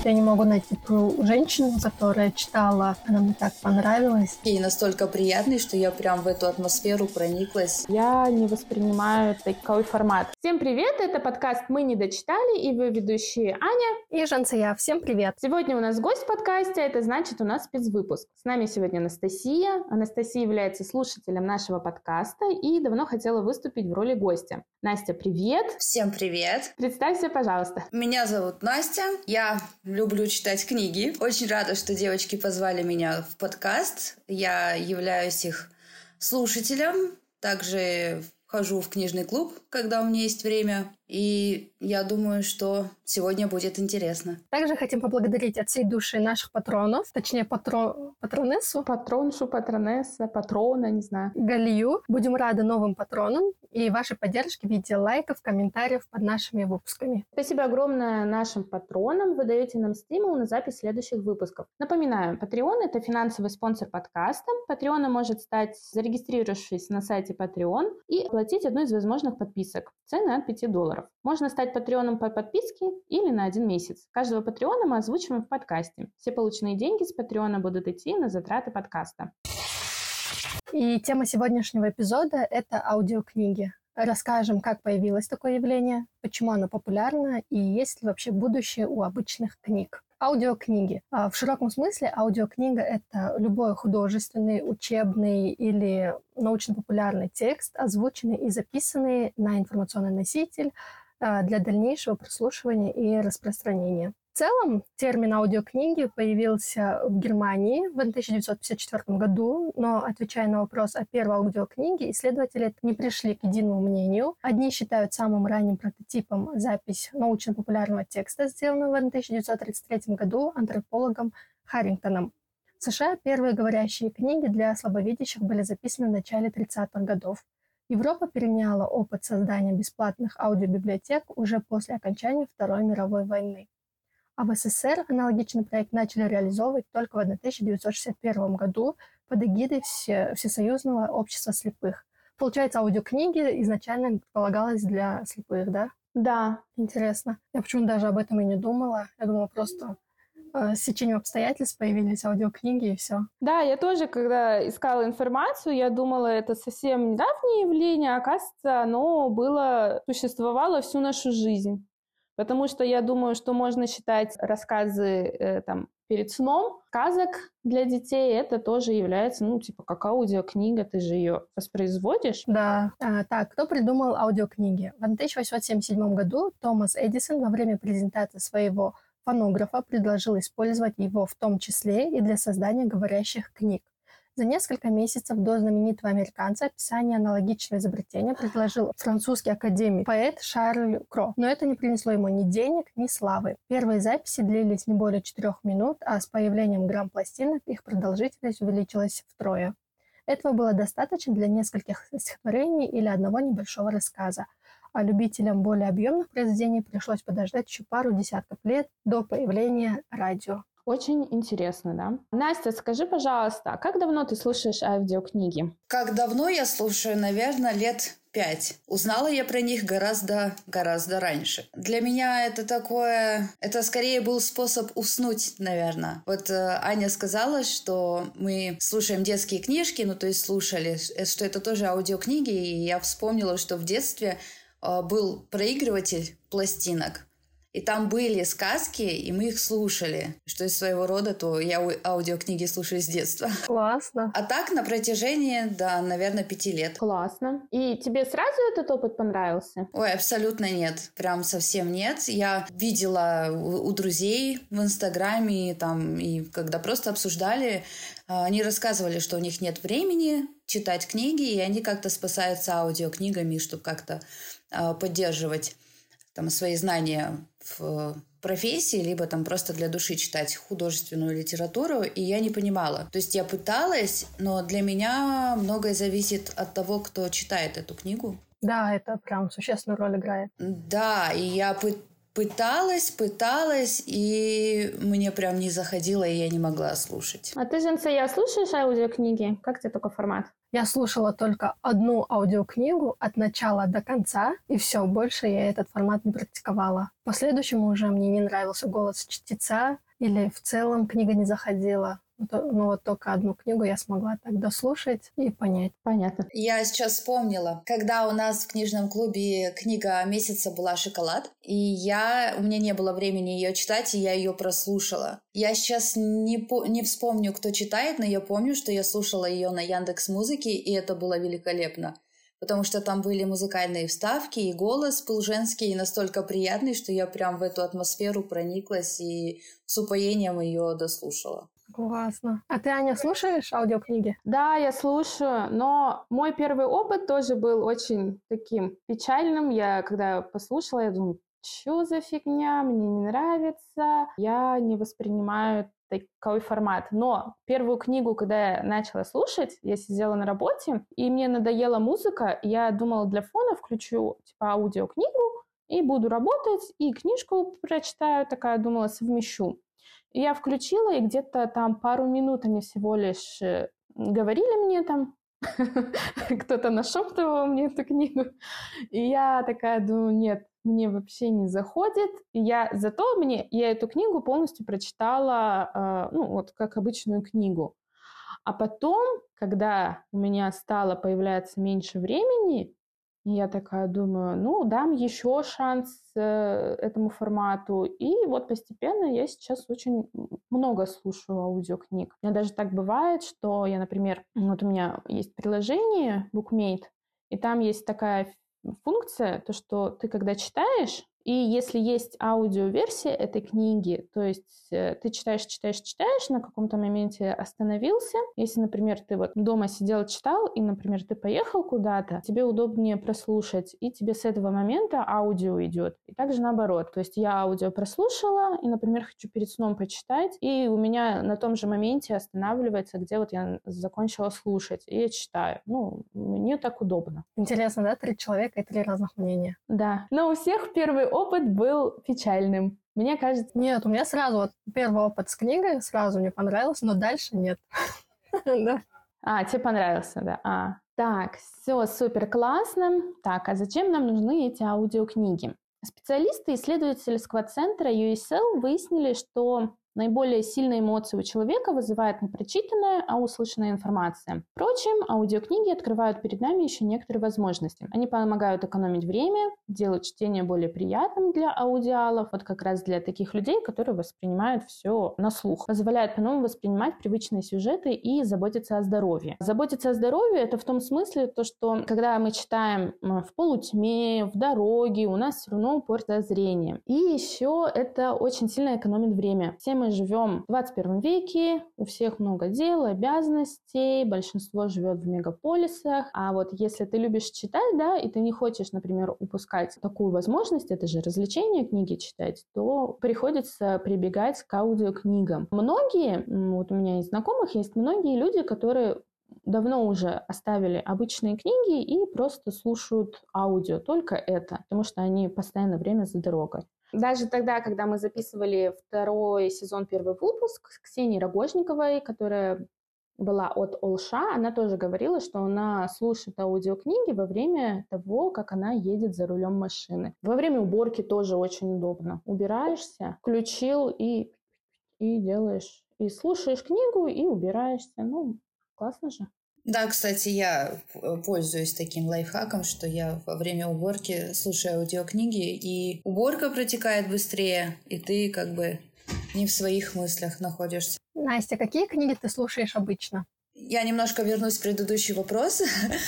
Я не могу найти ту женщину, которая читала. Она мне так понравилась. И настолько приятный, что я прям в эту атмосферу прониклась. Я не воспринимаю такой формат. Всем привет, это подкаст «Мы не дочитали» и вы ведущие Аня и Жансая. Всем привет. Сегодня у нас гость в подкасте, это значит у нас спецвыпуск. С нами сегодня Анастасия. Анастасия является слушателем нашего подкаста и давно хотела выступить в роли гостя. Настя, привет. Всем привет. Представься, пожалуйста. Меня зовут Настя. Я люблю читать книги. Очень рада, что девочки позвали меня в подкаст. Я являюсь их слушателем. Также хожу в книжный клуб, когда у меня есть время. И я думаю, что сегодня будет интересно. Также хотим поблагодарить от всей души наших патронов, точнее патронессу. Патроншу, патронесса, патрона, не знаю. Галию. Будем рады новым патронам и вашей поддержке в виде лайков, комментариев под нашими выпусками. Спасибо огромное нашим патронам. Вы даете нам стимул на запись следующих выпусков. Напоминаю, Patreon – это финансовый спонсор подкаста. Патреоном может стать, зарегистрировавшись на сайте Patreon и оплатить одну из возможных подписок. Цены от $5. Можно стать патреоном по подписке или на 1 месяц. Каждого патреона мы озвучиваем в подкасте. Все полученные деньги с патреона будут идти на затраты подкаста. И тема сегодняшнего эпизода – это аудиокниги. Расскажем, как появилось такое явление, почему оно популярно и есть ли вообще будущее у обычных книг. Аудиокниги. В широком смысле аудиокнига – это любой художественный, учебный или научно-популярный текст, озвученный и записанный на информационный носитель для дальнейшего прослушивания и распространения. В целом, термин аудиокниги появился в Германии в 1954 году, но, отвечая на вопрос о первой аудиокниге, исследователи не пришли к единому мнению. Одни считают самым ранним прототипом запись научно-популярного текста, сделанного в 1933 году антропологом Харрингтоном. В США первые говорящие книги для слабовидящих были записаны в начале 30-х годов. Европа переняла опыт создания бесплатных аудиобиблиотек уже после окончания Второй мировой войны. А в СССР аналогичный проект начали реализовывать только в 1961 году под эгидой Всесоюзного общества слепых. Получается, аудиокниги изначально полагалось для слепых, да? Да. Интересно. Я почему-то даже об этом и не думала. Я думала, просто с течением обстоятельств появились аудиокниги и все. Да, я тоже, когда искала информацию, я думала, это совсем недавнее явление, а оказывается, оно существовало всю нашу жизнь. Потому что я думаю, что можно считать рассказы перед сном, сказок для детей, это тоже является, как аудиокнига, ты же ее воспроизводишь. Да. Так, кто придумал аудиокниги? В 1877 году Томас Эдисон во время презентации своего фонографа предложил использовать его в том числе и для создания говорящих книг. За несколько месяцев до знаменитого американца описание аналогичного изобретения предложил французский академик, поэт Шарль Кро. Но это не принесло ему ни денег, ни славы. Первые записи длились не более 4 минут, а с появлением грамм-пластинок их продолжительность увеличилась втрое. Этого было достаточно для нескольких стихотворений или одного небольшого рассказа. А любителям более объемных произведений пришлось подождать еще пару десятков лет до появления радио. Очень интересно, да? Настя, скажи, пожалуйста, а как давно ты слушаешь аудиокниги? Как давно я слушаю? Наверное, лет 5. Узнала я про них гораздо раньше. Для меня это скорее был способ уснуть, наверное. Вот Аня сказала, что мы слушаем детские книжки, то есть слушали, что это тоже аудиокниги, и я вспомнила, что в детстве был проигрыватель пластинок. И там были сказки, и мы их слушали. Что из своего рода, то я аудиокниги слушаю с детства. Классно. А так на протяжении, наверное, 5 лет. Классно. И тебе сразу этот опыт понравился? Ой, абсолютно нет. Прям совсем нет. Я видела у друзей в Инстаграме, и когда просто обсуждали, они рассказывали, что у них нет времени читать книги, и они как-то спасаются аудиокнигами, чтобы как-то поддерживать свои знания в профессии, либо просто для души читать художественную литературу, и я не понимала. То есть я пыталась, но для меня многое зависит от того, кто читает эту книгу. Да, это прям существенную роль играет. Да, и я пыталась, и мне прям не заходило, и я не могла слушать. А ты, Жансая, слушаешь аудиокниги? Как тебе такой формат? Я слушала только одну аудиокнигу от начала до конца, и все, больше я этот формат не практиковала. В последующем уже мне не нравился голос чтеца, или в целом книга не заходила. Ну вот только одну книгу я смогла так дослушать и понять. Понятно. Я сейчас вспомнила, когда у нас в книжном клубе книга месяца была «Шоколад», и у меня не было времени ее читать, и я ее прослушала. Я сейчас не вспомню, кто читает, но я помню, что я слушала ее на Яндекс.Музыке, и это было великолепно. Потому что там были музыкальные вставки, и голос был женский, и настолько приятный, что я прям в эту атмосферу прониклась и с упоением ее дослушала. Классно. А ты, Аня, слушаешь аудиокниги? Да, я слушаю, но мой первый опыт тоже был очень таким печальным. Когда послушала, я думаю, что за фигня, мне не нравится, я не воспринимаю такой формат. Но первую книгу, когда я начала слушать, я сидела на работе, и мне надоела музыка, я думала, для фона включу аудиокнигу и буду работать, и книжку прочитаю, такая думала, совмещу. И я включила, и где-то там пару минут они всего лишь говорили мне там, кто-то нашептывал мне эту книгу. И я такая думаю, нет, мне вообще не заходит. И я эту книгу полностью прочитала, как обычную книгу. А потом, когда у меня стало появляться меньше времени, я такая думаю, дам еще шанс этому формату. И вот постепенно я сейчас очень много слушаю аудиокниг. У меня даже так бывает, что я, например, у меня есть приложение BookMate, и там есть такая функция, то, что ты когда читаешь, и если есть аудиоверсия этой книги, то есть ты читаешь, на каком-то моменте остановился. Если, например, ты вот дома сидел, читал, и, например, ты поехал куда-то, тебе удобнее прослушать, и тебе с этого момента аудио идет. И также наоборот. То есть я аудио прослушала, и, например, хочу перед сном почитать, и у меня на том же моменте останавливается, где вот я закончила слушать, и я читаю. Мне так удобно. Интересно, да? 3 человека и 3 разных мнения. Да. Но у всех первый опыт был печальным. Мне кажется... Нет, у меня сразу вот первый опыт с книгой, сразу мне понравился, но дальше нет. Тебе понравился, да. Так, все супер классно. Так, а зачем нам нужны эти аудиокниги? Специалисты исследовательского центра USL выяснили, что наиболее сильные эмоции у человека вызывает не прочитанная, а услышанная информация. Впрочем, аудиокниги открывают перед нами еще некоторые возможности. Они помогают экономить время, делают чтение более приятным для аудиалов, вот как раз для таких людей, которые воспринимают все на слух. Позволяют по-новому воспринимать привычные сюжеты и заботиться о здоровье. Заботиться о здоровье — это в том смысле, что когда мы читаем в полутьме, в дороге, у нас все равно портится зрение. И еще это очень сильно экономит время. Все мы живем в 21 веке, у всех много дел, обязанностей, большинство живет в мегаполисах. А вот если ты любишь читать, да, и ты не хочешь, например, упускать такую возможность, это же развлечение книги читать, то приходится прибегать к аудиокнигам. Многие, вот у меня из знакомых есть многие люди, которые давно уже оставили обычные книги и просто слушают аудио, только это, потому что они постоянно время за дорогой. Даже тогда, когда мы записывали 2-й сезон, 1-й выпуск с Ксенией Рогожниковой, которая была от Олша, она тоже говорила, что она слушает аудиокниги во время того, как она едет за рулем машины. Во время уборки тоже очень удобно. Убираешься, включил и делаешь. И слушаешь книгу, и убираешься. Классно же. Да, кстати, я пользуюсь таким лайфхаком, что я во время уборки слушаю аудиокниги, и уборка протекает быстрее, и ты как бы не в своих мыслях находишься. Настя, какие книги ты слушаешь обычно? Я немножко вернусь к предыдущему вопросу.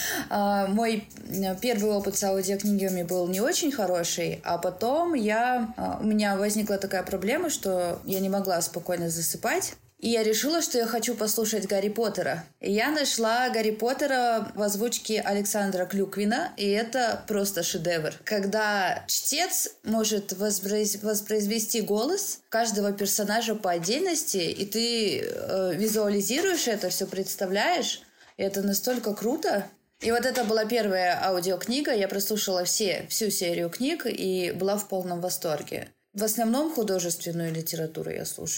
Мой первый опыт с аудиокнигами был не очень хороший, а потом у меня возникла такая проблема, что я не могла спокойно засыпать. И я решила, что я хочу послушать Гарри Поттера. И я нашла Гарри Поттера в озвучке Александра Клюквина, и это просто шедевр. Когда чтец может воспроизвести голос каждого персонажа по отдельности, и ты визуализируешь это, все представляешь, и это настолько круто. И вот это была первая аудиокнига, я прослушала всю серию книг и была в полном восторге. В основном художественную литературу я слушаю.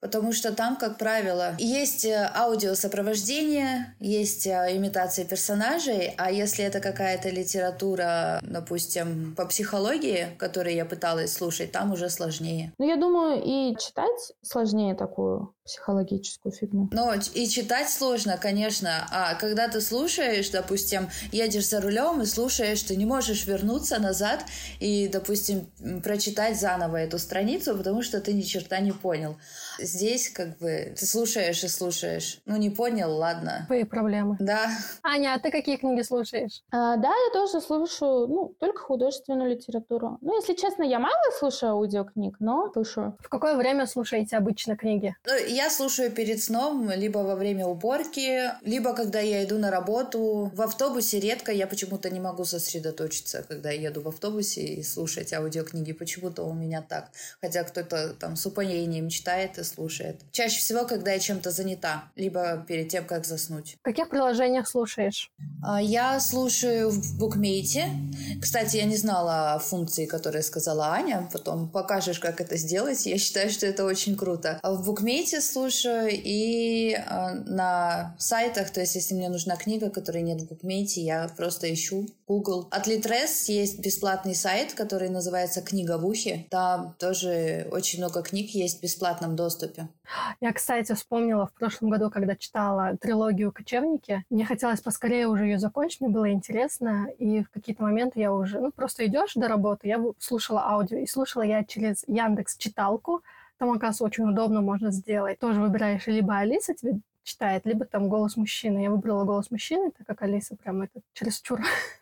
Потому что там, как правило, есть аудиосопровождение, есть имитация персонажей, а если это какая-то литература, допустим, по психологии, которую я пыталась слушать, там уже сложнее. Ну, я думаю, и читать сложнее такую психологическую фигню. Но и читать сложно, конечно. А когда ты слушаешь, допустим, едешь за рулем и слушаешь, ты не можешь вернуться назад и, допустим, прочитать заново эту страницу, потому что ты ни черта не понял. Здесь как бы ты слушаешь и слушаешь. Ну, не понял, ладно. Твои проблемы. Да. Аня, а ты какие книги слушаешь? Да, я тоже слушаю, только художественную литературу. Ну, если честно, я мало слушаю аудиокниг, но слушаю. В какое время слушаете обычно книги? Ну, я слушаю перед сном, либо во время уборки, либо когда я иду на работу. В автобусе редко, я почему-то не могу сосредоточиться, когда я еду в автобусе и слушать аудиокниги. Почему-то у меня так. Хотя кто-то там с упоением читает и слушает. Чаще всего, когда я чем-то занята, либо перед тем, как заснуть. В каких приложениях слушаешь? Я слушаю в букмейте. Кстати, я не знала о функции, которую сказала Аня. Потом покажешь, как это сделать. Я считаю, что это очень круто. А в букмейте слушаю и на сайтах. То есть, если мне нужна книга, которой нет в букмейте, я просто ищу Google. От Литрес есть бесплатный сайт, который называется «Книга в ухе». Там тоже очень много книг есть в бесплатном доступе. Я, кстати, вспомнила в прошлом году, когда читала трилогию «Кочевники». Мне хотелось поскорее уже ее закончить, мне было интересно. И в какие-то моменты я уже... просто идешь до работы, я слушала аудио. И слушала я через Яндекс.Читалку. Там, оказывается, очень удобно можно сделать. Тоже выбираешь либо Алиса тебе читает, либо там голос мужчины. Я выбрала голос мужчины, так как Алиса прям это чересчур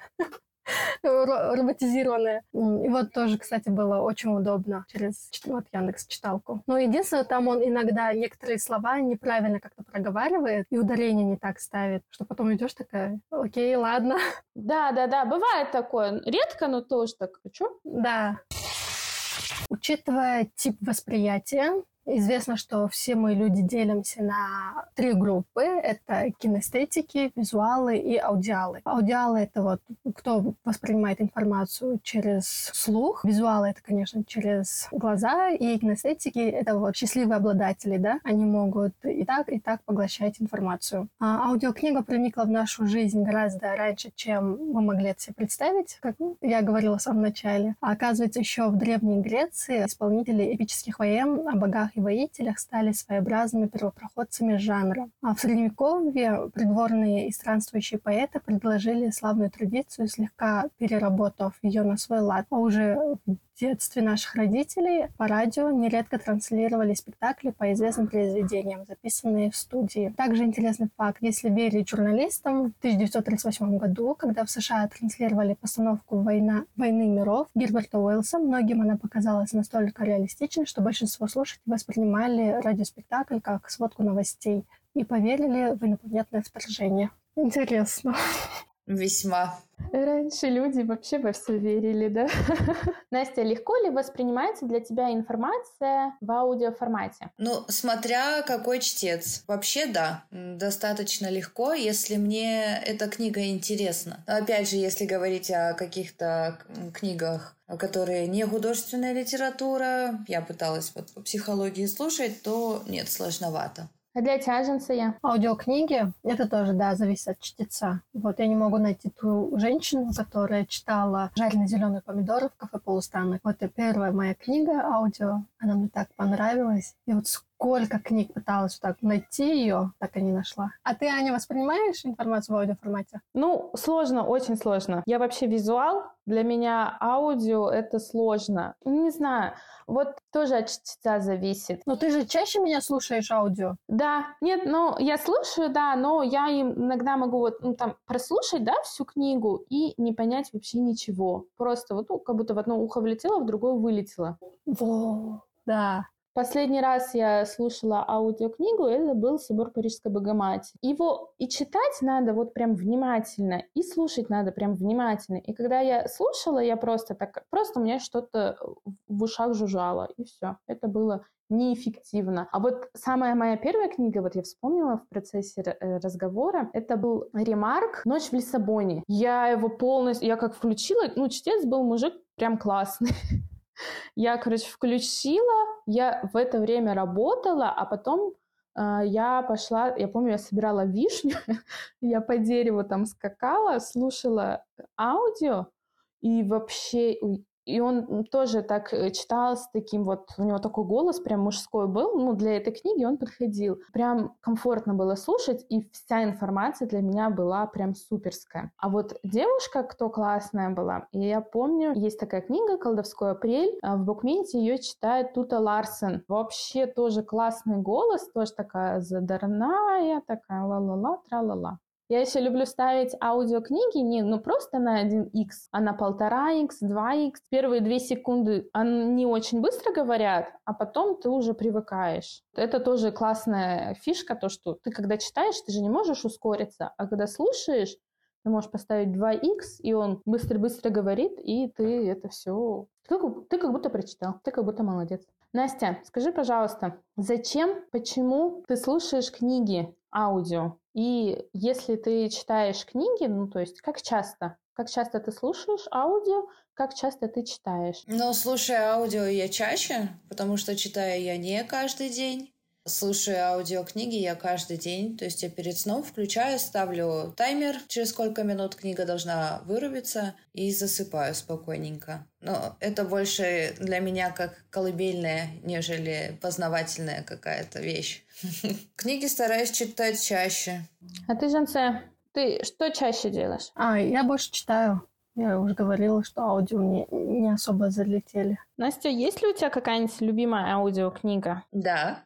роботизированная. И вот тоже, кстати, было очень удобно через Яндекс.Читалку. Но единственное, там он иногда некоторые слова неправильно как-то проговаривает и ударение не так ставит, что потом идешь такая, окей, ладно. Да, бывает такое. Редко, но тоже так. Хочу? Да. Учитывая тип восприятия, известно, что все мы люди делимся на 3 группы. Это кинестетики, визуалы и аудиалы. Аудиалы — это вот кто воспринимает информацию через слух. Визуалы — это, конечно, через глаза. И кинестетики — это вот счастливые обладатели, да? Они могут и так поглощать информацию. А аудиокнига проникла в нашу жизнь гораздо раньше, чем мы могли это себе представить, как я говорила в самом начале. А оказывается, еще в Древней Греции исполнители эпических поэм о богах и воителях стали своеобразными первопроходцами жанра. А в Средневековье придворные и странствующие поэты предложили славную традицию, слегка переработав ее на свой лад. А уже в детстве наших родителей по радио нередко транслировали спектакли по известным произведениям, записанные в студии. Также интересный факт, если верить журналистам, в 1938 году, когда в США транслировали постановку «Войны миров» Герберта Уэллса, многим она показалась настолько реалистичной, что большинство слушателей воспринимали радиоспектакль как сводку новостей и поверили в инопланетное вторжение. Интересно. Весьма. Раньше люди вообще во все верили, да? Настя, легко ли воспринимается для тебя информация в аудиоформате? Ну, смотря какой чтец. Вообще, да, достаточно легко, если мне эта книга интересна. Опять же, если говорить о каких-то книгах, которые не художественная литература, я пыталась вот по психологии слушать, то нет, сложновато. А для тяженца? Аудиокниги, это тоже, да, зависит от чтеца. Вот я не могу найти ту женщину, которая читала «Жареные зеленые помидоры» в кафе «Полустанок». Вот это первая моя книга аудио, она мне так понравилась. И вот сколько книг пыталась вот так найти ее, так и не нашла. А ты, Аня, воспринимаешь информацию в аудиоформате? Ну, сложно, очень сложно. Я вообще визуал, для меня аудио — это сложно. Не знаю, вот тоже от чтеца зависит. Но ты же чаще меня слушаешь аудио? Да, нет, ну, я слушаю, да, но я им иногда могу вот, там, прослушать, да, всю книгу и не понять вообще ничего. Просто вот, как будто в одно ухо влетело, в другое вылетело. Во, да. Последний раз я слушала аудиокнигу, это был «Собор Парижской Богоматери». Его и читать надо вот прям внимательно, и слушать надо прям внимательно. И когда я слушала, я просто у меня что-то в ушах жужжало, и все. Это было неэффективно. А вот самая моя первая книга, вот я вспомнила в процессе разговора, это был Ремарк «Ночь в Лиссабоне». Я его полностью, я как включила, чтец был мужик прям классный. Я, включила, Я в это время работала, а потом я пошла, я помню, я собирала вишню, я по дереву там скакала, слушала аудио, и вообще, и он тоже так читал с таким вот, у него такой голос прям мужской был, ну, для этой книги он подходил. Прям комфортно было слушать, и вся информация для меня была прям суперская. А вот девушка, кто классная была, и я помню, есть такая книга «Колдовской апрель», в букменте ее читает Тута Ларсен. Вообще тоже классный голос, тоже такая задорная, такая ла-ла-ла, тра-ла-ла. Я еще люблю ставить аудиокниги не просто на 1х, а на 1,5х, 2х. Первые 2 секунды они очень быстро говорят, а потом ты уже привыкаешь. Это тоже классная фишка, то, что ты когда читаешь, ты же не можешь ускориться, а когда слушаешь, ты можешь поставить 2х, и он быстро-быстро говорит, и ты это все... Ты как будто прочитал, ты как будто молодец. Настя, скажи, пожалуйста, почему ты слушаешь книги аудио? И если ты читаешь книги, ну, то есть как часто? Как часто ты слушаешь аудио, как часто ты читаешь? Ну, слушая аудио я чаще, потому что читаю я не каждый день. Слушая аудиокниги я каждый день, то есть я перед сном включаю, ставлю таймер, через сколько минут книга должна вырубиться, и засыпаю спокойненько. Но это больше для меня как колыбельная, нежели познавательная какая-то вещь. Книги стараюсь читать чаще. А ты, Жансе, ты что чаще делаешь? Я больше читаю. Я уже говорила, что аудио мне не особо залетели. Настя, есть ли у тебя какая-нибудь любимая аудиокнига? Да.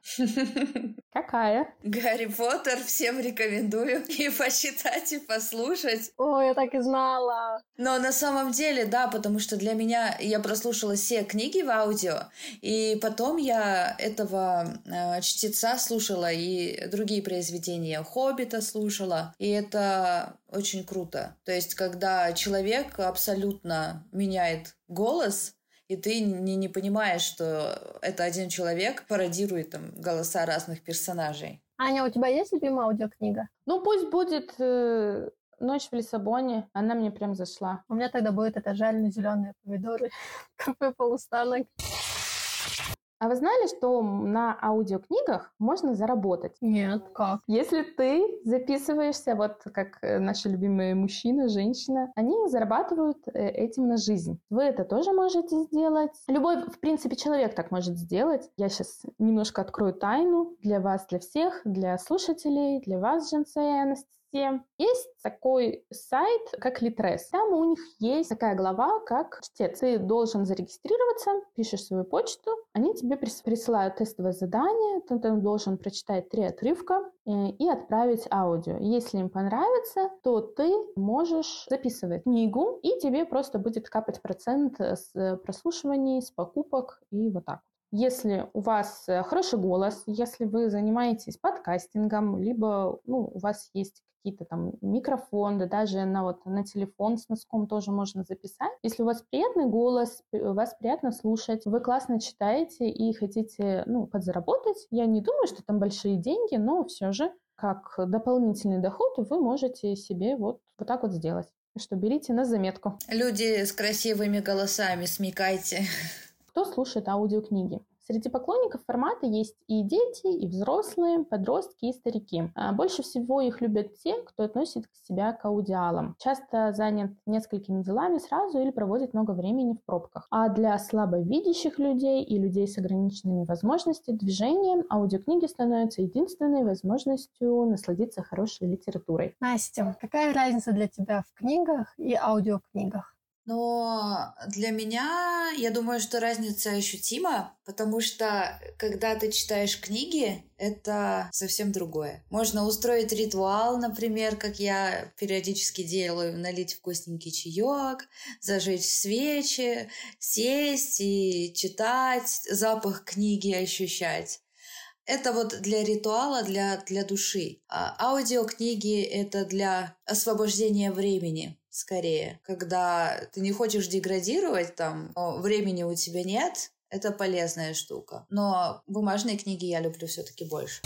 Какая? Гарри Поттер всем рекомендую и почитать, и послушать. О, я так и знала. Но на самом деле, да, потому что для меня я прослушала все книги в аудио, и потом я этого чтеца слушала и другие произведения «Хоббита» слушала, и это очень круто. То есть, когда человек абсолютно меняет голос, и ты не понимаешь, что это один человек пародирует там голоса разных персонажей. Аня, у тебя есть любимая аудиокнига? Ну, пусть будет «Ночь в Лиссабоне». Она мне прям зашла. У меня тогда будет это «Жареные-зеленые помидоры», кафе «Полустанок». А вы знали, что на аудиокнигах можно заработать? Нет, как? Если ты записываешься, вот как наши любимые мужчина, женщина, они зарабатывают этим на жизнь. Вы это тоже можете сделать. Любой, в принципе, человек так может сделать. Я сейчас немножко открою тайну для вас, для всех, для слушателей, для вас, Жансе и Анастасия. Есть такой сайт, как Litres. Там у них есть такая глава, как чтец. Ты должен зарегистрироваться, пишешь свою почту, они тебе присылают тестовое задание, ты должен прочитать 3 отрывка и отправить аудио. Если им понравится, то ты можешь записывать книгу, и тебе просто будет капать процент с прослушиваний, с покупок и вот так. Если у вас хороший голос, если вы занимаетесь подкастингом, либо у вас есть какие-то там микрофоны, даже на телефон с носком тоже можно записать. Если у вас приятный голос, вас приятно слушать, вы классно читаете и хотите подзаработать, я не думаю, что там большие деньги, но все же как дополнительный доход вы можете себе вот так вот сделать. Что берите на заметку. Люди с красивыми голосами, смекайте. Кто слушает аудиокниги? Среди поклонников формата есть и дети, и взрослые, подростки и старики. Больше всего их любят те, кто относит себя к аудиалам. Часто занят несколькими делами сразу или проводит много времени в пробках. А для слабовидящих людей и людей с ограниченными возможностями движения аудиокниги становятся единственной возможностью насладиться хорошей литературой. Настя, какая разница для тебя в книгах и аудиокнигах? Но для меня, я думаю, что разница ощутима, потому что когда ты читаешь книги, это совсем другое. Можно устроить ритуал, например, как я периодически делаю, налить вкусненький чаек, зажечь свечи, сесть и читать, запах книги ощущать. Это вот для ритуала, для души. А аудиокниги — это для освобождения времени, скорее. Когда ты не хочешь деградировать, но времени у тебя нет, это полезная штука. Но бумажные книги я люблю все-таки больше.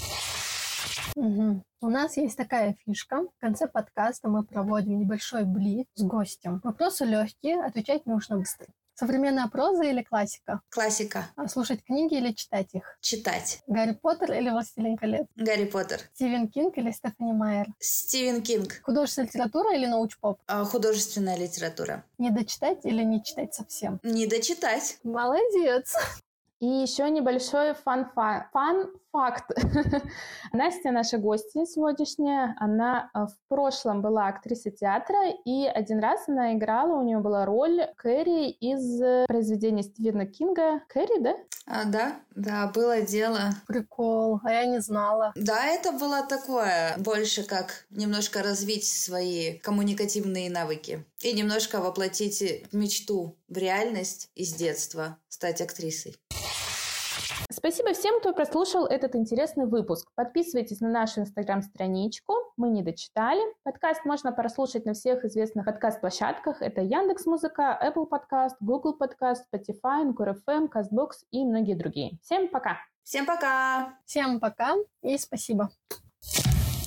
Угу. У нас есть такая фишка. В конце подкаста мы проводим небольшой блиц с гостем. Вопросы легкие, отвечать нужно быстро. Современная проза или классика? Классика. Слушать книги или читать их? Читать. Гарри Поттер или Властелин колец? Гарри Поттер. Стивен Кинг или Стефани Майер? Стивен Кинг. Художественная литература или научпоп? Художественная литература. Не дочитать или не читать совсем? Не дочитать. Молодец! И еще небольшой фан-факт. Настя, наша гостья сегодняшняя, она в прошлом была актрисой театра, и один раз она играла, у нее была роль Кэрри из произведения Стивена Кинга. Кэрри, да? Да, было дело. Прикол, а я не знала. Да, это было такое, больше как немножко развить свои коммуникативные навыки и немножко воплотить мечту в реальность из детства, стать актрисой. Спасибо всем, кто прослушал этот интересный выпуск. Подписывайтесь на нашу инстаграм-страничку «Мы не дочитали». Подкаст можно прослушать на всех известных подкаст-площадках. Это Яндекс.Музыка, Apple Podcast, Google Podcast, Spotify, Anchor FM, CastBox и многие другие. Всем пока! Всем пока! Всем пока и спасибо.